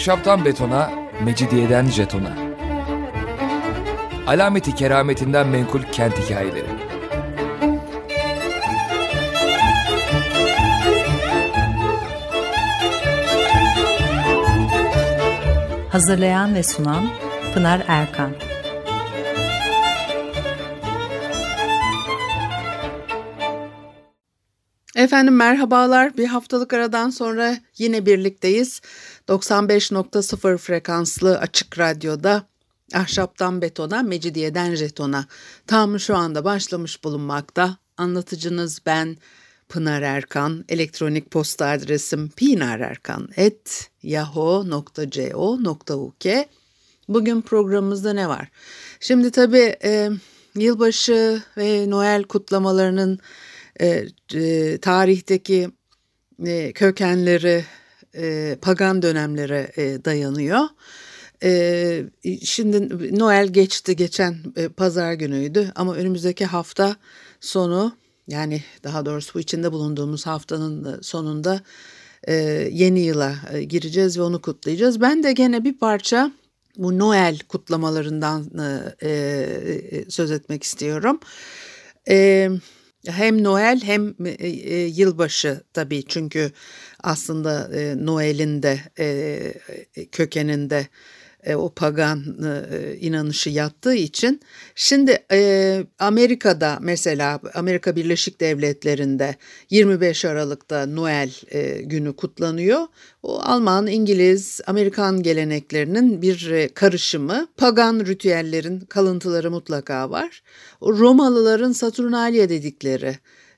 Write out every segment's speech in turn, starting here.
Ahşaptan betona, mecidiyeden jetona. Alameti kerametinden menkul kent hikayeleri. Hazırlayan ve sunan Pınar Erkan. Efendim merhabalar. Bir haftalık aradan sonra yine birlikteyiz. 95.0 frekanslı açık radyoda Ahşaptan betona, mecidiyeden jetona tam şu anda başlamış bulunmakta. Anlatıcınız ben Pınar Erkan. Elektronik posta adresim pinarerkan@yahoo.co.uk. Bugün programımızda ne var? Şimdi tabii yılbaşı ve Noel kutlamalarının tarihteki kökenleri pagan dönemlere dayanıyor. Şimdi Noel geçen pazar günüydü ama önümüzdeki hafta sonu, yani daha doğrusu bu içinde bulunduğumuz haftanın sonunda yeni yıla gireceğiz ve onu kutlayacağız. Ben de gene bir parça bu Noel kutlamalarından söz etmek istiyorum. Hem Noel hem yılbaşı tabii, çünkü aslında Noel'in de kökeninde o pagan inanışı yattığı için. Şimdi Amerika'da, mesela Amerika Birleşik Devletleri'nde 25 Aralık'ta Noel günü kutlanıyor. O Alman, İngiliz, Amerikan geleneklerinin bir karışımı. Pagan ritüellerin kalıntıları mutlaka var. O Romalıların Saturnalia dedikleri,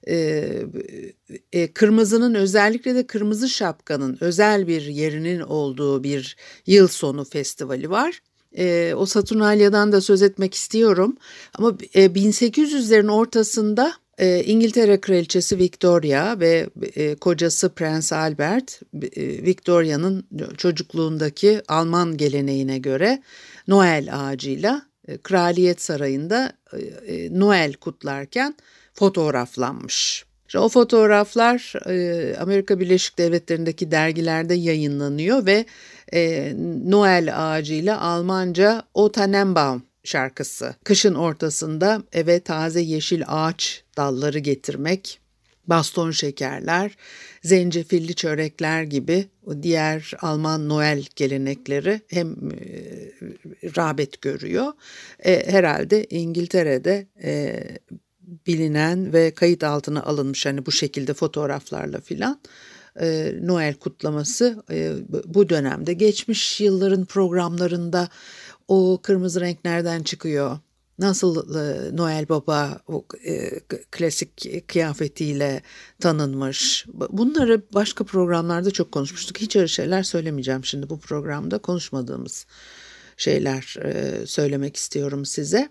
kırmızının, özellikle de kırmızı şapkanın özel bir yerinin olduğu bir yıl sonu festivali var. O Saturnalia'dan da söz etmek istiyorum. Ama 1800'lerin ortasında İngiltere Kraliçesi Victoria ve kocası Prens Albert, Victoria'nın çocukluğundaki Alman geleneğine göre Noel ağacıyla Kraliyet Sarayı'nda Noel kutlarken fotoğraflanmış. İşte o fotoğraflar Amerika Birleşik Devletleri'ndeki dergilerde yayınlanıyor ve Noel ağacıyla Almanca O Tannenbaum şarkısı. Kışın ortasında eve taze yeşil ağaç dalları getirmek, baston şekerler, zencefilli çörekler gibi o diğer Alman Noel gelenekleri hem rağbet görüyor. Herhalde İngiltere'de bilinen ve kayıt altına alınmış, hani bu şekilde fotoğraflarla filan Noel kutlaması bu dönemde. Geçmiş yılların programlarında o kırmızı renk nereden çıkıyor? Nasıl Noel Baba o klasik kıyafetiyle tanınmış? Bunları başka programlarda çok konuşmuştuk. Hiç öyle şeyler söylemeyeceğim şimdi bu programda. Konuşmadığımız şeyler söylemek istiyorum size.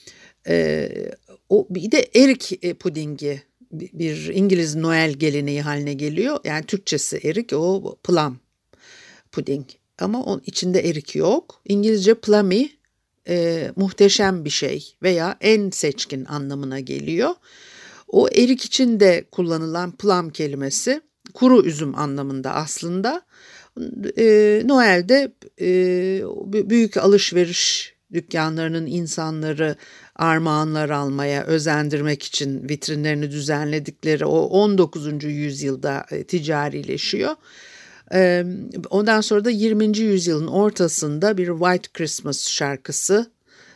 O bir de erik pudingi bir İngiliz Noel geleneği haline geliyor. Yani Türkçesi erik, o plum puding. Ama onun içinde erik yok. İngilizce plummy muhteşem bir şey veya en seçkin anlamına geliyor. O erik için de kullanılan plum kelimesi kuru üzüm anlamında aslında. Noel'de büyük alışveriş dükkanlarının insanları armağanlar almaya özendirmek için vitrinlerini düzenledikleri o 19. yüzyılda ticarileşiyor. Ondan sonra da 20. yüzyılın ortasında bir White Christmas şarkısı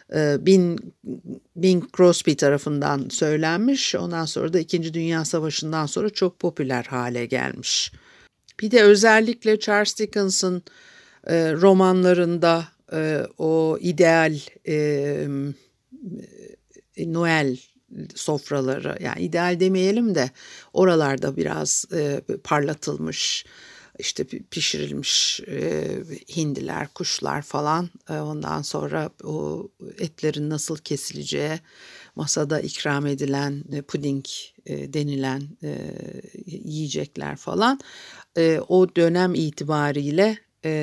Bing Crosby tarafından söylenmiş. Ondan sonra da 2. Dünya Savaşı'ndan sonra çok popüler hale gelmiş. Bir de özellikle Charles Dickens'ın romanlarında o ideal Noel sofraları, yani ideal demeyelim de oralarda biraz parlatılmış, işte pişirilmiş hindiler, kuşlar falan, ondan sonra o etlerin nasıl kesileceği, masada ikram edilen puding denilen yiyecekler falan, o dönem itibariyle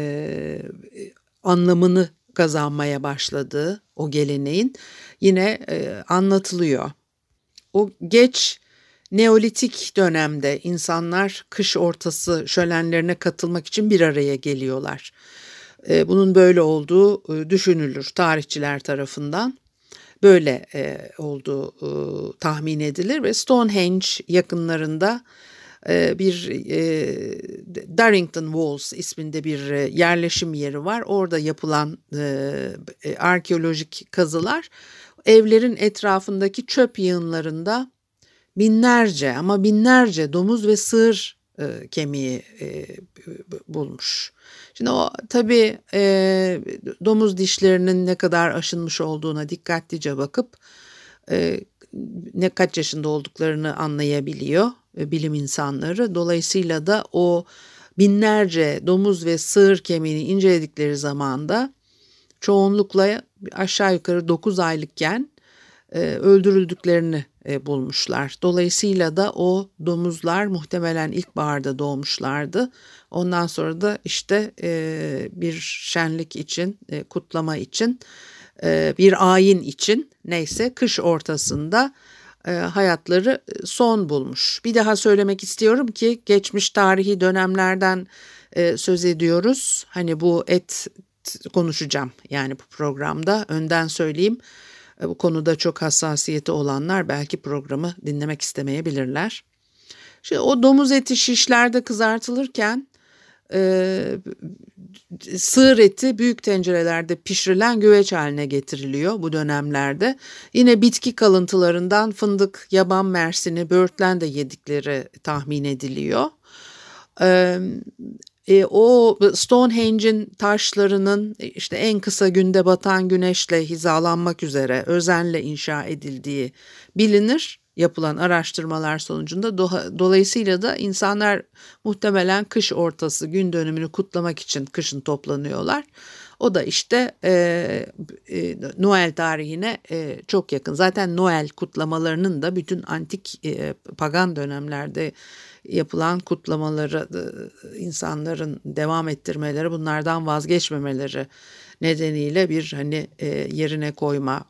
anlamını kazanmaya başladığı o geleneğin yine anlatılıyor. O geç Neolitik dönemde insanlar kış ortası şölenlerine katılmak için bir araya geliyorlar. Bunun böyle olduğu düşünülür tarihçiler tarafından. Böyle olduğu tahmin edilir ve Stonehenge yakınlarında bir Darrington Walls isminde bir yerleşim yeri var. Orada yapılan arkeolojik kazılar evlerin etrafındaki çöp yığınlarında binlerce domuz ve sığır kemiği bulmuş. Şimdi o tabii domuz dişlerinin ne kadar aşınmış olduğuna dikkatlice bakıp kaç yaşında olduklarını anlayabiliyor bilim insanları. Dolayısıyla da o binlerce domuz ve sığır kemiğini inceledikleri zamanda çoğunlukla aşağı yukarı 9 aylıkken öldürüldüklerini bulmuşlar. Dolayısıyla da o domuzlar muhtemelen ilkbaharda doğmuşlardı. Ondan sonra da işte bir şenlik için, kutlama için, bir ayin için neyse kış ortasında hayatları son bulmuş. Bir daha söylemek istiyorum ki geçmiş tarihi dönemlerden söz ediyoruz. Hani bu konuşacağım yani bu programda önden söyleyeyim. Bu konuda çok hassasiyeti olanlar belki programı dinlemek istemeyebilirler. Şimdi o domuz eti şişlerde kızartılırken sığır eti büyük tencerelerde pişirilen güveç haline getiriliyor bu dönemlerde. Yine bitki kalıntılarından fındık, yaban mersini, böğürtlen de yedikleri tahmin ediliyor. O Stonehenge'in taşlarının işte en kısa günde batan güneşle hizalanmak üzere özenle inşa edildiği bilinir. Yapılan araştırmalar sonucunda dolayısıyla da insanlar muhtemelen kış ortası gün dönümünü kutlamak için kışın toplanıyorlar. O da işte Noel tarihine çok yakın. Zaten Noel kutlamalarının da bütün antik pagan dönemlerde yapılan kutlamaları insanların devam ettirmeleri, bunlardan vazgeçmemeleri nedeniyle bir yerine koyma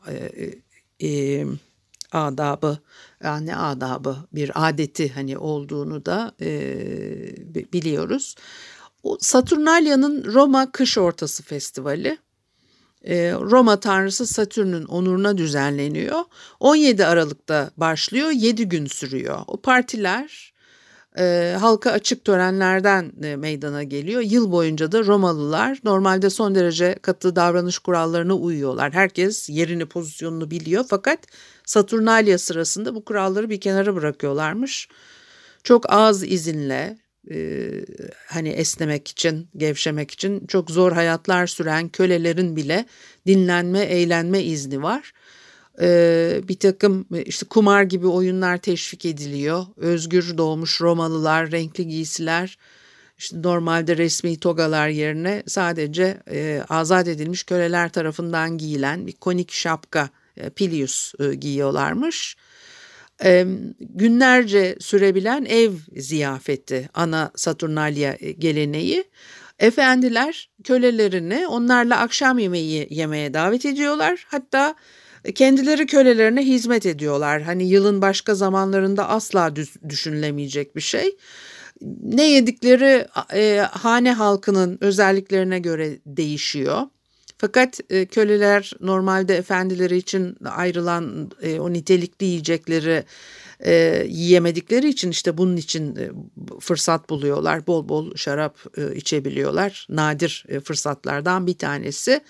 adabı, yani adabı bir adeti olduğunu da biliyoruz. O Saturnalia'nın Roma Kış Ortası Festivali Roma tanrısı Satürn'ün onuruna düzenleniyor. 17 Aralık'ta başlıyor, 7 gün sürüyor. O partiler halka açık törenlerden meydana geliyor. Yıl boyunca da Romalılar normalde son derece katı davranış kurallarına uyuyorlar. Herkes yerini, pozisyonunu biliyor fakat Saturnalia sırasında bu kuralları bir kenara bırakıyorlarmış. Çok az izinle esnemek için, gevşemek için çok zor hayatlar süren kölelerin bile dinlenme, eğlenme izni var. Bir takım işte kumar gibi oyunlar teşvik ediliyor. Özgür doğmuş Romalılar, renkli giysiler, işte normalde resmi togalar yerine sadece azat edilmiş köleler tarafından giyilen bir konik şapka, pilius giyiyorlarmış. Günlerce sürebilen ev ziyafeti ana Saturnalia geleneği. Efendiler kölelerini onlarla akşam yemeği yemeye davet ediyorlar. Hatta kendileri kölelerine hizmet ediyorlar. Yılın başka zamanlarında asla düşünülemeyecek bir şey. Ne yedikleri hane halkının özelliklerine göre değişiyor. Fakat köleler normalde efendileri için ayrılan o nitelikli yiyecekleri yiyemedikleri için işte bunun için fırsat buluyorlar. Bol bol şarap içebiliyorlar. Nadir fırsatlardan bir tanesi.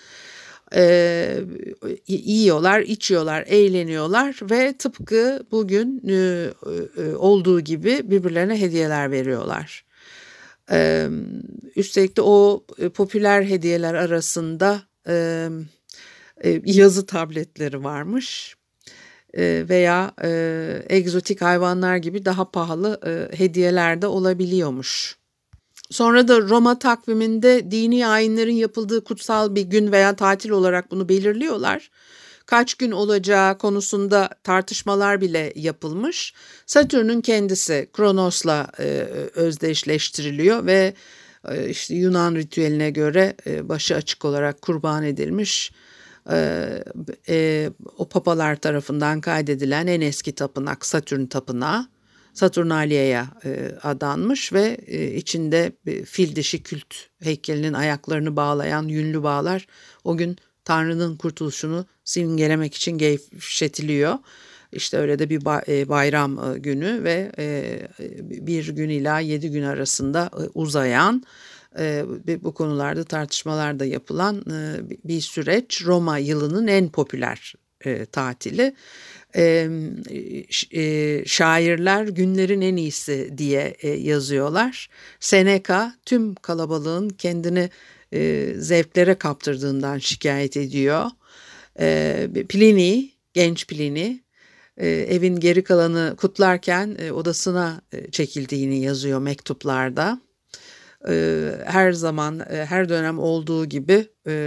Yiyorlar, içiyorlar, eğleniyorlar ve tıpkı bugün olduğu gibi birbirlerine hediyeler veriyorlar. Üstelik de o popüler hediyeler arasında yazı tabletleri varmış veya egzotik hayvanlar gibi daha pahalı hediyeler de olabiliyormuş. Sonra da Roma takviminde dini ayinlerin yapıldığı kutsal bir gün veya tatil olarak bunu belirliyorlar. Kaç gün olacağı konusunda tartışmalar bile yapılmış. Satürn'ün kendisi Kronos'la özdeşleştiriliyor ve işte Yunan ritüeline göre başı açık olarak kurban edilmiş. O papalar tarafından kaydedilen en eski tapınak Satürn tapınağı. Saturnalia'ya adanmış ve içinde fil dişi kült heykelinin ayaklarını bağlayan yünlü bağlar o gün Tanrı'nın kurtuluşunu simgelemek için gevşetiliyor. İşte öyle de bir bayram günü ve bir gün ila 7 gün arasında uzayan bu konularda tartışmalar da yapılan bir süreç. Roma yılının en popüler tatili. Şairler günlerin en iyisi diye yazıyorlar. Seneca tüm kalabalığın kendini zevklere kaptırdığından şikayet ediyor. Pliny, genç Pliny evin geri kalanı kutlarken odasına çekildiğini yazıyor mektuplarda. Her zaman, her dönem olduğu gibi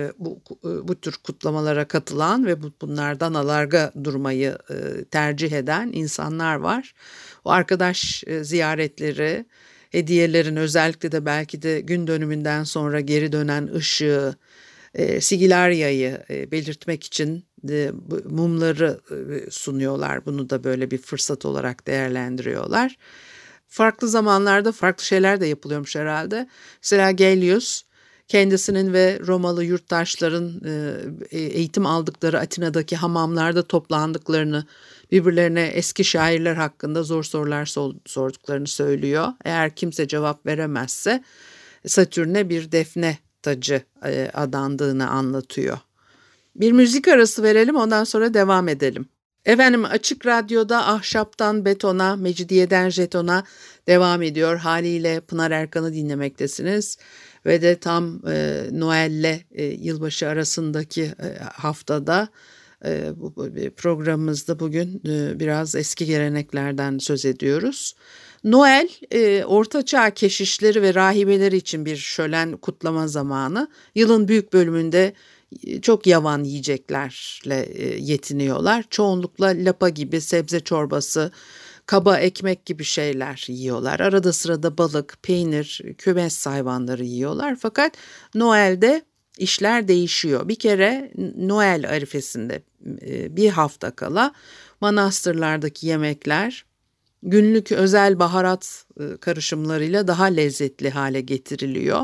bu tür kutlamalara katılan ve bunlardan alarga durmayı tercih eden insanlar var. O arkadaş ziyaretleri, hediyelerin, özellikle de belki de gün dönümünden sonra geri dönen ışığı, Sigillarya'yı belirtmek için mumları sunuyorlar. Bunu da böyle bir fırsat olarak değerlendiriyorlar. Farklı zamanlarda farklı şeyler de yapılıyormuş herhalde. Mesela Gellius kendisinin ve Romalı yurttaşların eğitim aldıkları Atina'daki hamamlarda toplandıklarını, birbirlerine eski şairler hakkında zor sorular sorduklarını söylüyor. Eğer kimse cevap veremezse Satürn'e bir defne tacı adandığını anlatıyor. Bir müzik arası verelim, ondan sonra devam edelim. Efendim, Açık Radyo'da Ahşaptan Betona, Mecidiyeden Jeton'a devam ediyor. Haliyle Pınar Erkan'ı dinlemektesiniz. Ve de tam Noel'le yılbaşı arasındaki haftada bu programımızda bugün biraz eski geleneklerden söz ediyoruz. Noel, ortaçağ keşişleri ve rahibeleri için bir şölen kutlama zamanı. Yılın büyük bölümünde çok yavan yiyeceklerle yetiniyorlar. Çoğunlukla lapa gibi, sebze çorbası, kaba ekmek gibi şeyler yiyorlar. Arada sırada balık, peynir, kümes hayvanları yiyorlar. Fakat Noel'de işler değişiyor. Bir kere Noel arifesinde bir hafta kala manastırlardaki yemekler günlük özel baharat karışımlarıyla daha lezzetli hale getiriliyor.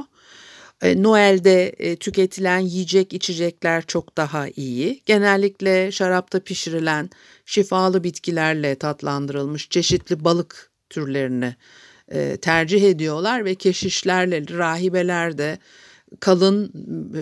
Noel'de tüketilen yiyecek içecekler çok daha iyi. Genellikle şarapta pişirilen şifalı bitkilerle tatlandırılmış çeşitli balık türlerini tercih ediyorlar ve keşişlerle rahibeler de kalın,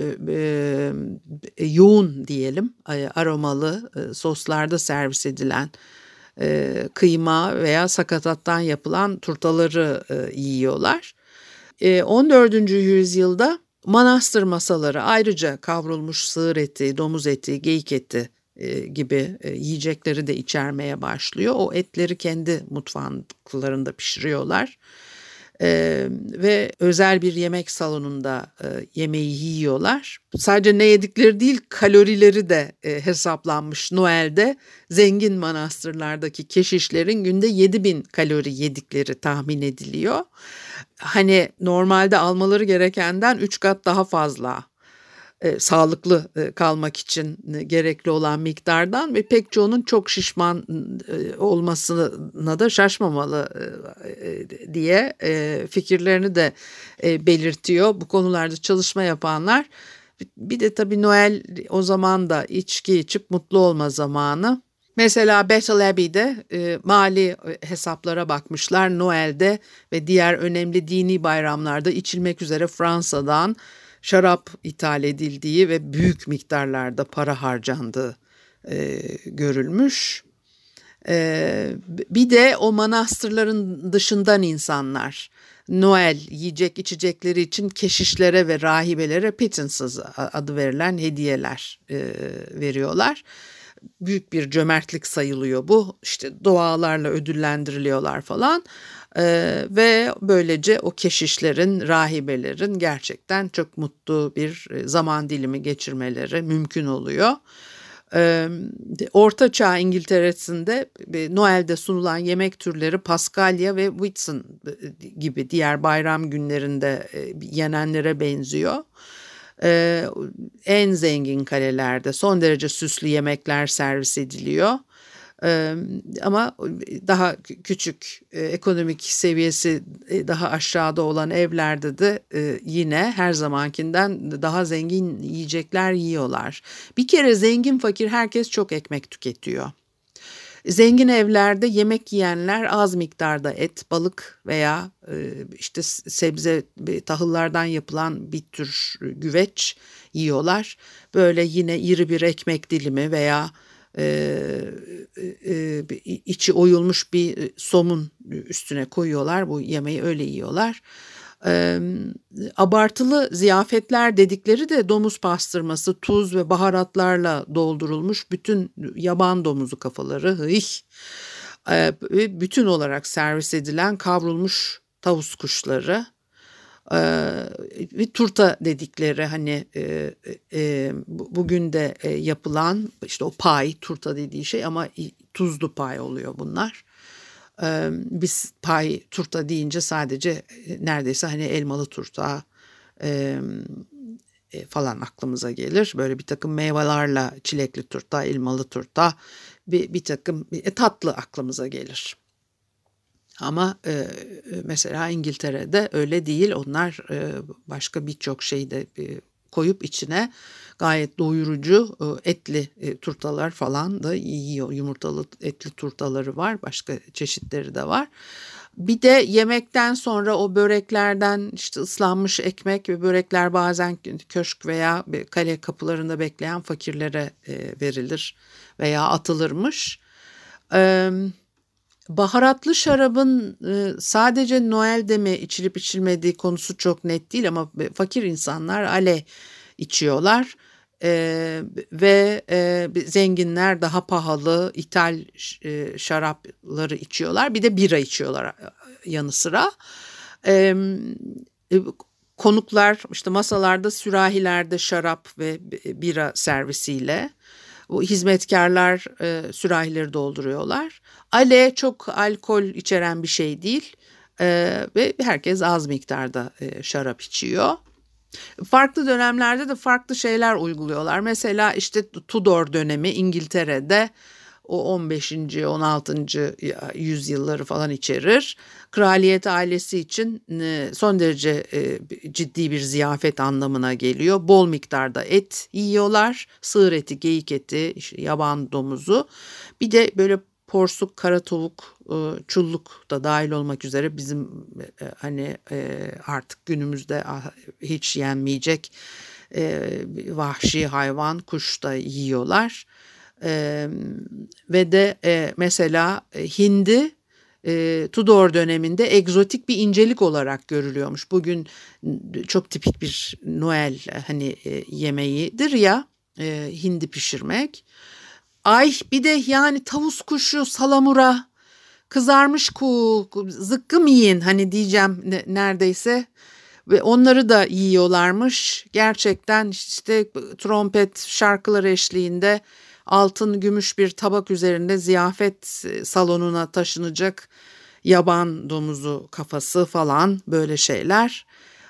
yoğun diyelim, aromalı soslarda servis edilen kıyma veya sakatattan yapılan turtaları yiyorlar. 14. yüzyılda manastır masaları ayrıca kavrulmuş sığır eti, domuz eti, geyik eti gibi yiyecekleri de içermeye başlıyor. O etleri kendi mutfaklarında pişiriyorlar. Ve özel bir yemek salonunda yemeği yiyorlar. Sadece ne yedikleri değil, kalorileri de hesaplanmış Noel'de. Zengin manastırlardaki keşişlerin günde 7.000 kalori yedikleri tahmin ediliyor. Hani normalde almaları gerekenden 3 kat daha fazla sağlıklı kalmak için gerekli olan miktardan ve pek çoğunun çok şişman olmasına da şaşmamalı diye fikirlerini de belirtiyor. Bu konularda çalışma yapanlar. Bir de tabii Noel o zaman da içki içip mutlu olma zamanı. Mesela Battle Abbey'de mali hesaplara bakmışlar. Noel'de ve diğer önemli dini bayramlarda içilmek üzere Fransa'dan şarap ithal edildiği ve büyük miktarlarda para harcandığı görülmüş. Bir de o manastırların dışından insanlar Noel yiyecek içecekleri için keşişlere ve rahibelere pittances adı verilen hediyeler veriyorlar. Büyük bir cömertlik sayılıyor bu. İşte dualarla ödüllendiriliyorlar falan. Ve böylece o keşişlerin, rahibelerin gerçekten çok mutlu bir zaman dilimi geçirmeleri mümkün oluyor. Orta Çağ İngiltere'sinde Noel'de sunulan yemek türleri Paskalya ve Whitsun gibi diğer bayram günlerinde yenenlere benziyor. En zengin kalelerde son derece süslü yemekler servis ediliyor. Ama daha küçük, ekonomik seviyesi daha aşağıda olan evlerde de yine her zamankinden daha zengin yiyecekler yiyorlar. Bir kere zengin fakir herkes çok ekmek tüketiyor. Zengin evlerde yemek yiyenler az miktarda et, balık veya işte sebze, tahıllardan yapılan bir tür güveç yiyorlar. Böyle yine iri bir ekmek dilimi veya içi oyulmuş bir somun üstüne koyuyorlar. Bu yemeği öyle yiyorlar. Abartılı ziyafetler dedikleri de domuz pastırması, tuz ve baharatlarla doldurulmuş bütün yaban domuzu kafaları, bütün olarak servis edilen kavrulmuş tavus kuşları, bir turta dedikleri hani bugün de yapılan işte o pay, turta dediği şey ama tuzlu pay oluyor bunlar. Biz pay turta deyince sadece neredeyse hani elmalı turta falan aklımıza gelir. Böyle bir takım meyvelerle çilekli turta, elmalı turta, bir takım tatlı aklımıza gelir. Ama mesela İngiltere'de öyle değil. Onlar başka birçok şeyi de koyup içine gayet doyurucu etli turtalar falan da yiyor. Yumurtalı etli turtaları var. Başka çeşitleri de var. Bir de yemekten sonra o böreklerden işte ıslanmış ekmek ve börekler bazen köşk veya kale kapılarında bekleyen fakirlere verilir veya atılırmış. Baharatlı şarabın sadece Noel'de mi içilip içilmediği konusu çok net değil ama fakir insanlar ale içiyorlar ve zenginler daha pahalı ithal şarapları içiyorlar. Bir de bira içiyorlar yanı sıra. Konuklar işte masalarda sürahilerde şarap ve bira servisiyle. Bu hizmetkarlar sürahileri dolduruyorlar. Ale çok alkol içeren bir şey değil ve herkes az miktarda şarap içiyor. Farklı dönemlerde de farklı şeyler uyguluyorlar. Mesela işte Tudor dönemi İngiltere'de o 15. 16. yüzyılları falan içerir. Kraliyet ailesi için son derece ciddi bir ziyafet anlamına geliyor. Bol miktarda et yiyorlar. Sığır eti, geyik eti, işte yaban domuzu. Bir de böyle porsuk, kara tavuk, çulluk da dahil olmak üzere bizim hani artık günümüzde hiç yenmeyecek vahşi hayvan, kuş da yiyorlar. Ve de mesela hindi Tudor döneminde egzotik bir incelik olarak görülüyormuş. Bugün çok tipik bir Noel hani yemeğidir ya hindi pişirmek. Ay bir de yani tavus kuşu, salamura, kızarmış zıkkım yiyin hani diyeceğim neredeyse. Ve onları da yiyorlarmış. Gerçekten işte trompet şarkılar eşliğinde altın gümüş bir tabak üzerinde ziyafet salonuna taşınacak yaban domuzu kafası falan böyle şeyler.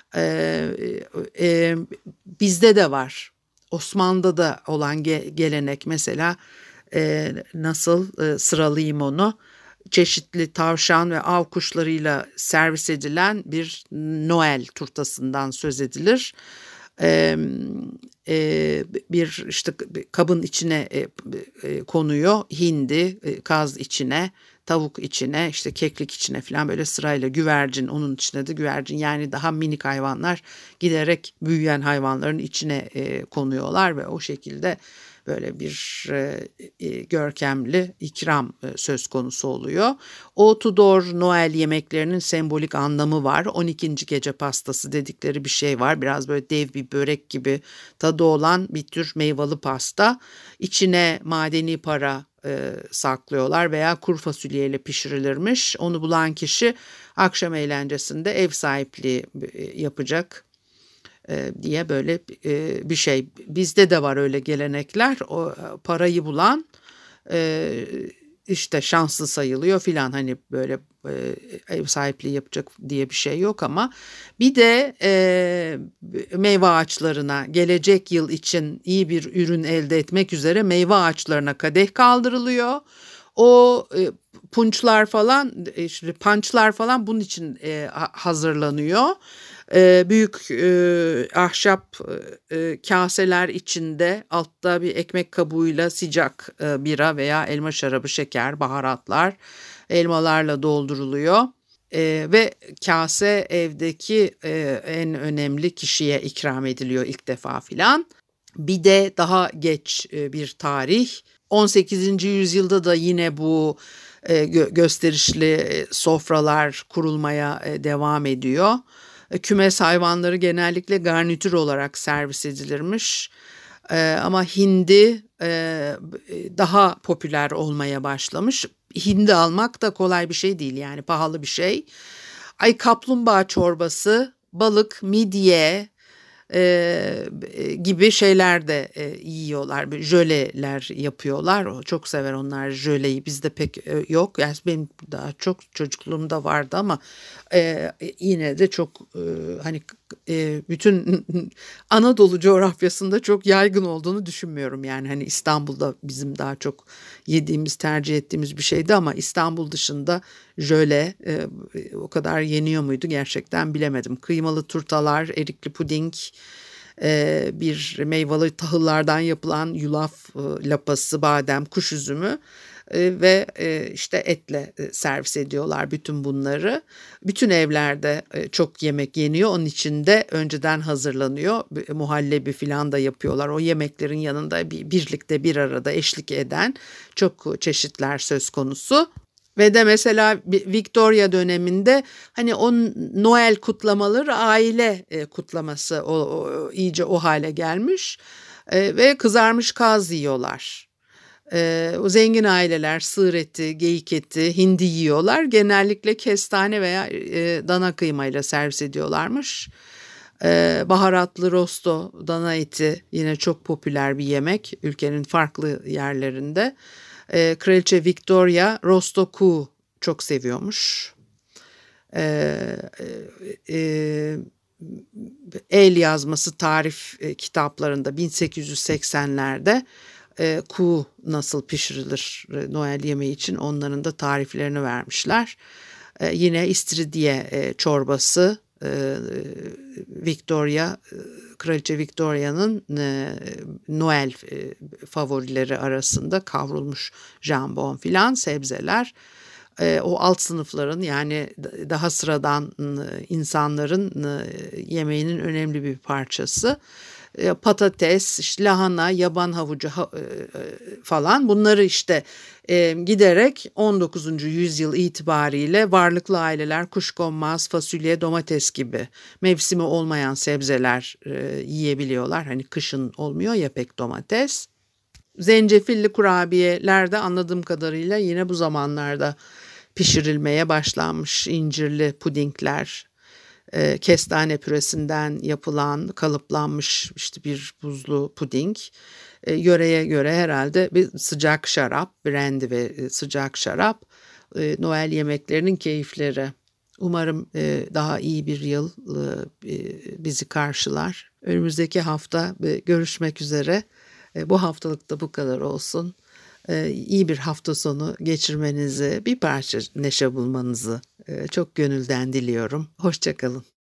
Bizde de var. Osmanlı'da da olan gelenek mesela nasıl sıralayayım onu? Çeşitli tavşan ve av kuşlarıyla servis edilen bir Noel turtasından söz edilir. Bir işte kabın içine konuyor hindi, kaz içine, tavuk içine, işte keklik içine falan böyle sırayla güvercin, onun içine de güvercin yani daha minik hayvanlar giderek büyüyen hayvanların içine konuyorlar ve o şekilde böyle bir görkemli ikram söz konusu oluyor. O Tudor Noel yemeklerinin sembolik anlamı var. 12. gece pastası dedikleri bir şey var. Biraz böyle dev bir börek gibi tadı olan bir tür meyveli pasta. İçine madeni para saklıyorlar veya kuru fasulyeyle pişirilirmiş. Onu bulan kişi akşam eğlencesinde ev sahipliği yapacak diye böyle bir şey. Bizde de var öyle gelenekler. O parayı bulan işte şanslı sayılıyor filan hani böyle ev sahipliği yapacak diye bir şey yok ama bir de meyve ağaçlarına gelecek yıl için iyi bir ürün elde etmek üzere meyve ağaçlarına kadeh kaldırılıyor. O punçlar falan, işte punchlar falan bunun için hazırlanıyor. Büyük ahşap kaseler içinde altta bir ekmek kabuğuyla sıcak bira veya elma şarabı, şeker, baharatlar, elmalarla dolduruluyor. Ve kase evdeki en önemli kişiye ikram ediliyor ilk defa filan. Bir de daha geç bir tarih, 18. yüzyılda da yine bu gösterişli sofralar kurulmaya devam ediyor. Kümes hayvanları genellikle garnitür olarak servis edilirmiş. Ama hindi daha popüler olmaya başlamış. Hindi almak da kolay bir şey değil, yani pahalı bir şey. Kaplumbağa çorbası, balık, midye gibi şeyler de yiyorlar. Jöleler yapıyorlar. O çok sever onlar jöleyi. Bizde pek yok. Yani benim daha çok çocukluğumda vardı ama yine de çok hani bütün Anadolu coğrafyasında çok yaygın olduğunu düşünmüyorum. Yani hani İstanbul'da bizim daha çok yediğimiz, tercih ettiğimiz bir şeydi ama İstanbul dışında jöle o kadar yeniyor muydu gerçekten bilemedim. Kıymalı turtalar, erikli puding, bir meyveli tahıllardan yapılan yulaf lapası, badem, kuş üzümü ve işte etle servis ediyorlar bütün bunları. Bütün evlerde çok yemek yeniyor. Onun için de önceden hazırlanıyor. Muhallebi falan da yapıyorlar. O yemeklerin yanında birlikte bir arada eşlik eden çok çeşitler söz konusu. Ve de mesela Victoria döneminde hani o Noel kutlamaları aile kutlaması iyice o hale gelmiş ve kızarmış kaz yiyorlar. O zengin aileler sığır eti, geyik eti, hindi yiyorlar. Genellikle kestane veya dana kıymayla servis ediyorlarmış. Baharatlı rosto dana eti yine çok popüler bir yemek ülkenin farklı yerlerinde. Kraliçe Victoria rosto kuğu çok seviyormuş. El yazması tarif kitaplarında 1880'lerde kuğu nasıl pişirilir Noel yemeği için onların da tariflerini vermişler. Yine istiridye çorbası, Kraliçe Victoria'nın Noel favorileri arasında kavrulmuş jambon filan, sebzeler. O alt sınıfların, yani daha sıradan insanların yemeğinin önemli bir parçası. Patates, işte lahana, yaban havucu falan, bunları işte giderek 19. yüzyıl itibariyle varlıklı aileler kuşkonmaz, fasulye, domates gibi mevsimi olmayan sebzeler yiyebiliyorlar. Hani kışın olmuyor ya pek domates. Zencefilli kurabiyeler de anladığım kadarıyla yine bu zamanlarda pişirilmeye başlanmış. İncirli pudingler, kestane püresinden yapılan kalıplanmış işte bir buzlu puding. Yöreye göre herhalde bir sıcak şarap, brandy ve sıcak şarap Noel yemeklerinin keyifleri. Umarım daha iyi bir yıl bizi karşılar. Önümüzdeki hafta görüşmek üzere. Bu haftalık da bu kadar olsun. İyi bir hafta sonu geçirmenizi, bir parça neşe bulmanızı çok gönülden diliyorum. Hoşça kalın.